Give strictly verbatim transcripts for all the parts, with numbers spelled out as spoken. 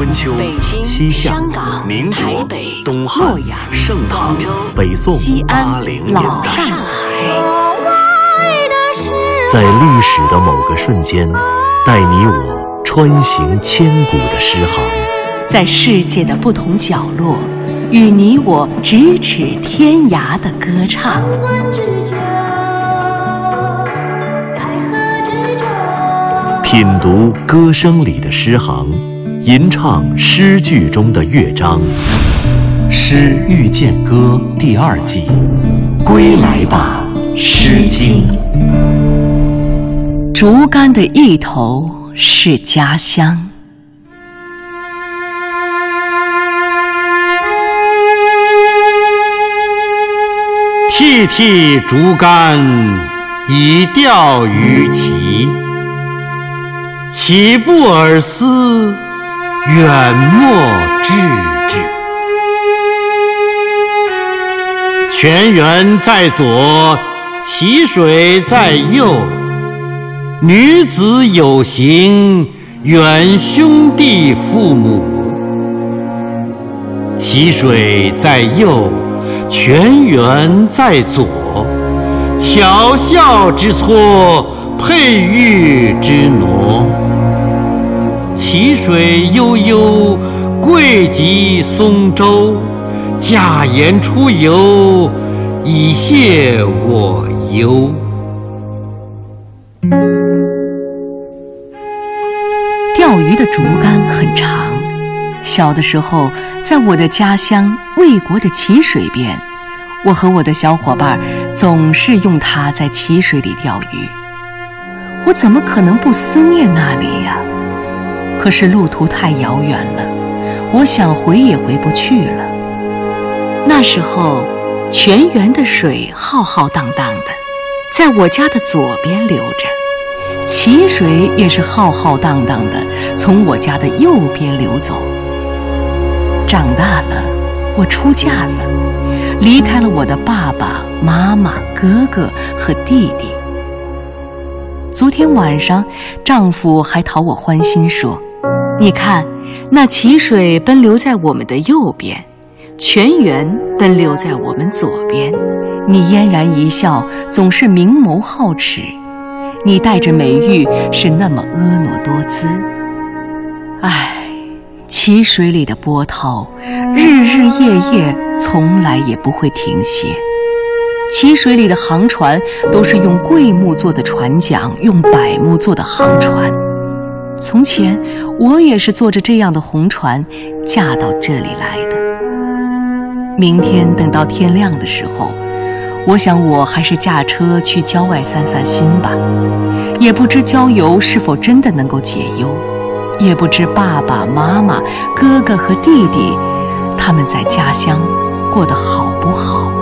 春秋、西夏、民国、东汉、盛唐、北宋、 西安、 八零年老代。 上海， 在历史的某个瞬间，带你我穿行千古的诗行； 在世界的不同角落，与你我咫尺天涯的歌唱。 品读歌声里的诗行，吟唱诗句中的乐章。诗遇见歌第二季，归来吧，诗经。 竹竿的一头是家乡。 涕涕竹竿以钓鱼期，其不尔思，远莫致之。泉源在左，其水在右。女子有行，远兄弟父母。其水在右，泉源在左。巧笑之撮，佩玉之挪。其水悠悠，贵极松洲。驾言出游，以谢我忧。 钓鱼的竹竿很长，小的时候，在我的家乡魏国的淇水边，我和我的小伙伴总是用它在淇水里钓鱼。我怎么可能不思念那里呀？可是路途太遥远了，我想回也回不去了。那时候，泉源的水浩浩荡荡的，在我家的左边流着。淇水也是浩浩荡荡的，从我家的右边流走。长大了，我出嫁了，离开了我的爸爸妈妈、哥哥和弟弟。昨天晚上，丈夫还讨我欢心说：“你看，那淇水奔流在我们的右边，泉源奔流在我们左边。你嫣然一笑，总是明眸皓齿。你带着美玉，是那么婀娜多姿。唉，淇水里的波涛，日日夜夜，从来也不会停歇。淇水里的航船，都是用桂木做的船桨，用柏木做的航船。从前，我也是坐着这样的红船，嫁到这里来的。明天等到天亮的时候，我想我还是驾车去郊外散散心吧。也不知郊游是否真的能够解忧，也不知爸爸妈妈、哥哥和弟弟，他们在家乡过得好不好。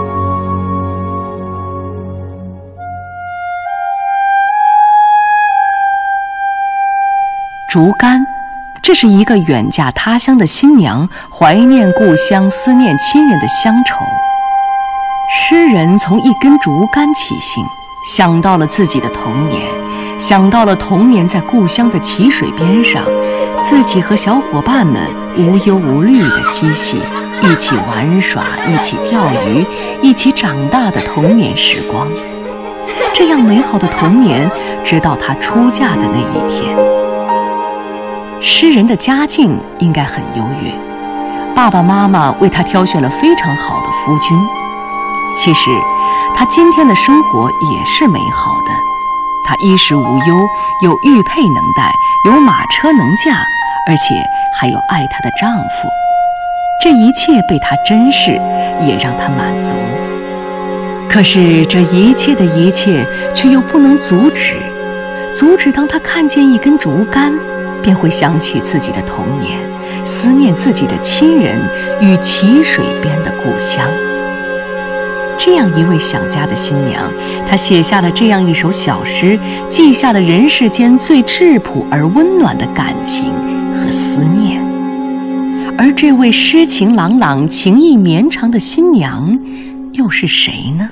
竹竿，这是一个远嫁他乡的新娘怀念故乡、思念亲人的乡愁。诗人从一根竹竿起兴，想到了自己的童年，想到了童年在故乡的淇水边上，自己和小伙伴们无忧无虑地嬉戏，一起玩耍，一起钓鱼，一起长大的童年时光。这样美好的童年，直到他出嫁的那一天。诗人的家境应该很优越，爸爸妈妈为他挑选了非常好的夫君。其实他今天的生活也是美好的，他衣食无忧，有玉佩能戴，有马车能驾，而且还有爱他的丈夫。这一切被他珍视，也让他满足。可是这一切的一切却又不能阻止阻止当他看见一根竹竿，便会想起自己的童年，思念自己的亲人与淇水边的故乡。这样一位想家的新娘，她写下了这样一首小诗，记下了人世间最质朴而温暖的感情和思念。而这位诗情朗朗、情意绵长的新娘，又是谁呢？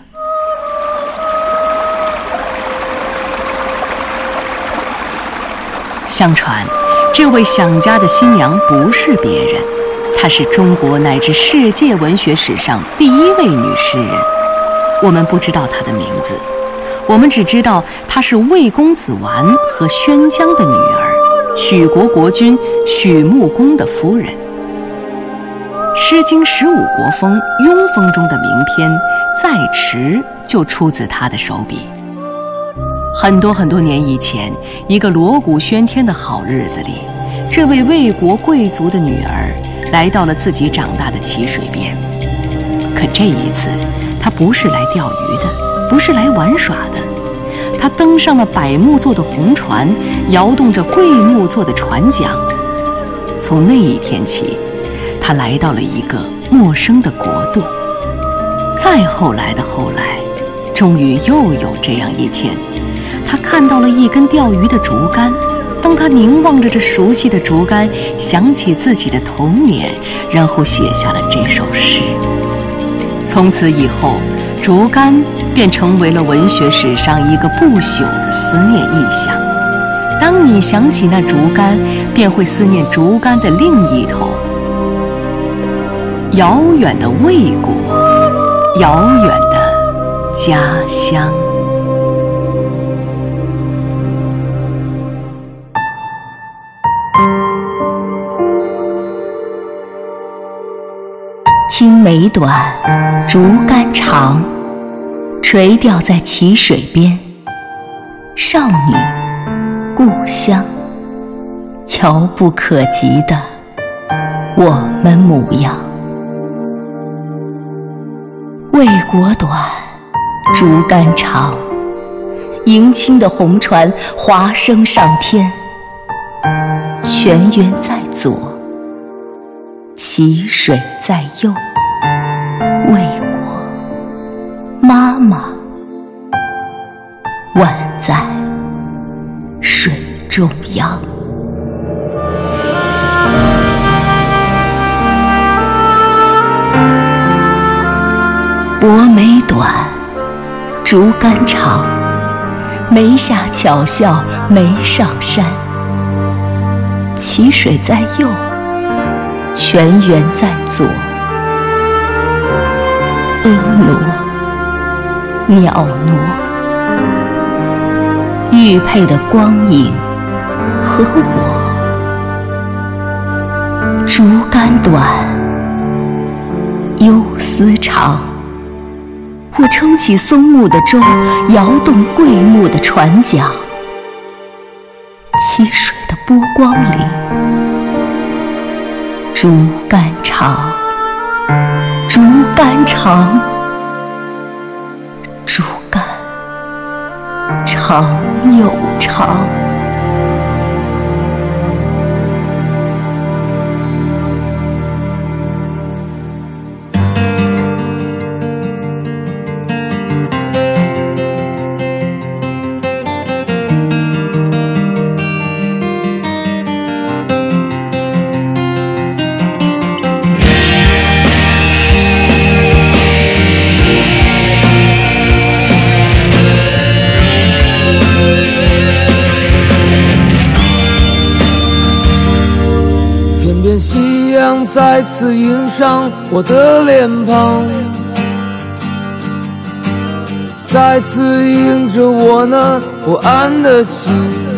相传， 这位想家的新娘不是别人，她是中国乃至世界文学史上第一位女诗人。我们不知道她的名字，我们只知道她是魏公子完和宣姜的女儿，许国国君许穆公的夫人。《诗经·十五国风·庸风》中的名篇《在池》就出自她的手笔。很多很多年以前，一个锣鼓喧天的好日子里，这位魏国贵族的女儿来到了自己长大的淇水边。可这一次，她不是来钓鱼的，不是来玩耍的，她登上了柏木做的红船，摇动着桂木做的船桨。从那一天起，她来到了一个陌生的国度。再后来的后来，终于又有这样一天，他看到了一根钓鱼的竹竿。当他凝望着这熟悉的竹竿，想起自己的童年，然后写下了这首诗。从此以后，竹竿便成为了文学史上一个不朽的思念意象。当你想起那竹竿，便会思念竹竿的另一头，遥远的魏国，遥远的家乡。 青梅短，竹竿长，垂钓在淇水边。少女，故乡，遥不可及的我们模样。魏国短，竹竿长，迎亲的红船划升上天。泉源在左，淇水在右。魏国，妈妈，宛在水中央。薄眉短，竹竿长，眉下巧笑眉上山。淇水在右，泉源在左。婀娜，袅娜，玉佩的光影和我。竹竿短，忧思长，我撑起松木的舟，摇动桂木的船桨。淇水的波光里，竹竿长，竹竿长，竹竿长又长。 夕阳再次映上我的脸庞，再次映着我那不安的心。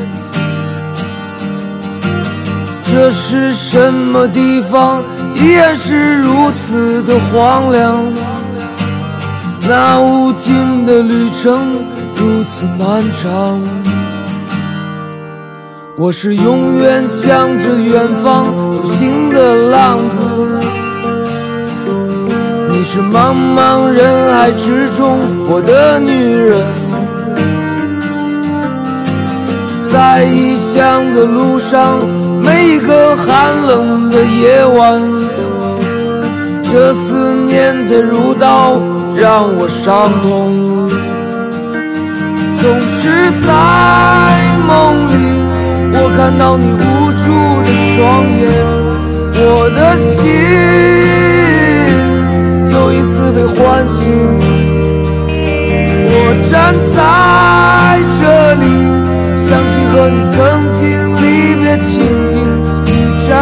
这是什么地方？依然是如此的荒凉，那无尽的旅程如此漫长。我是永远向着远方独行的浪子，你是茫茫人海之中我的女人。在异乡的路上，每一个寒冷的夜晚，这思念的如刀让我伤痛。总是在梦里我看到你无助的双眼，我的心又一次被唤醒。我站在这里，想起和你曾经离别情景，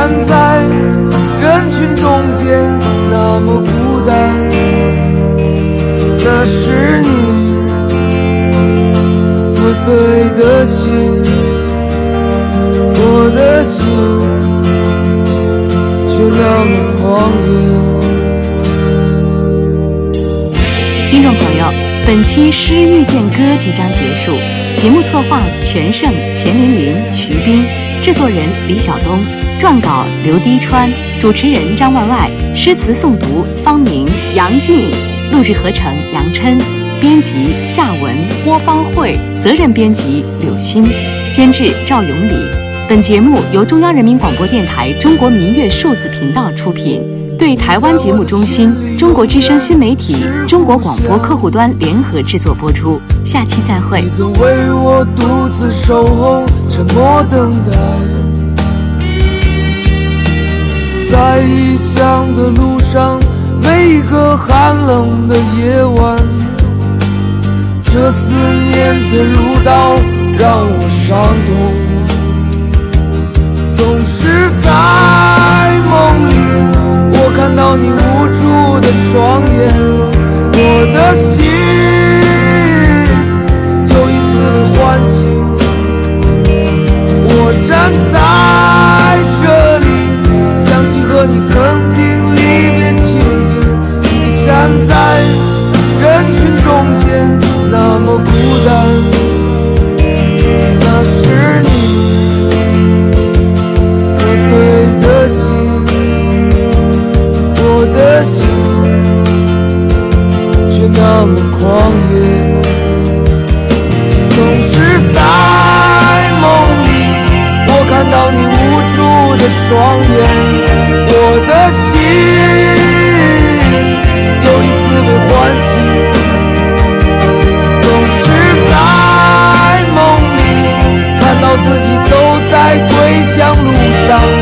站在人群中间，那么孤单。那是你破碎的心，我的心却那么狂野。 听众朋友，本期《诗遇见歌》即将结束。节目策划全胜、钱琳琳、徐斌，制作人李晓东，撰稿刘滴川，主持人张万外，诗词诵读方明、杨静，录制合成杨琛，编辑夏文、郭芳慧，责任编辑柳鑫，监制赵永礼。本节目由中央人民广播电台中国民乐数字频道出品。对台湾节目中心、中国之声新媒体、中国广播客户端联合制作播出。下期再会。 你总为我独自守候，沉默等待，在异乡的路上，每一个寒冷的夜晚，这思念的如刀让我伤痛，总是在梦里我看到你无助的双眼，我的心又一次被唤醒。我站在这里，想起和你曾经离别情景。你站在人群中间，那么孤单。那是你破碎的心，我的心却那么狂野，总是在梦里我看到你无助的双眼，我的心又一次被唤醒，总是在梦里看到自己走在归乡路上。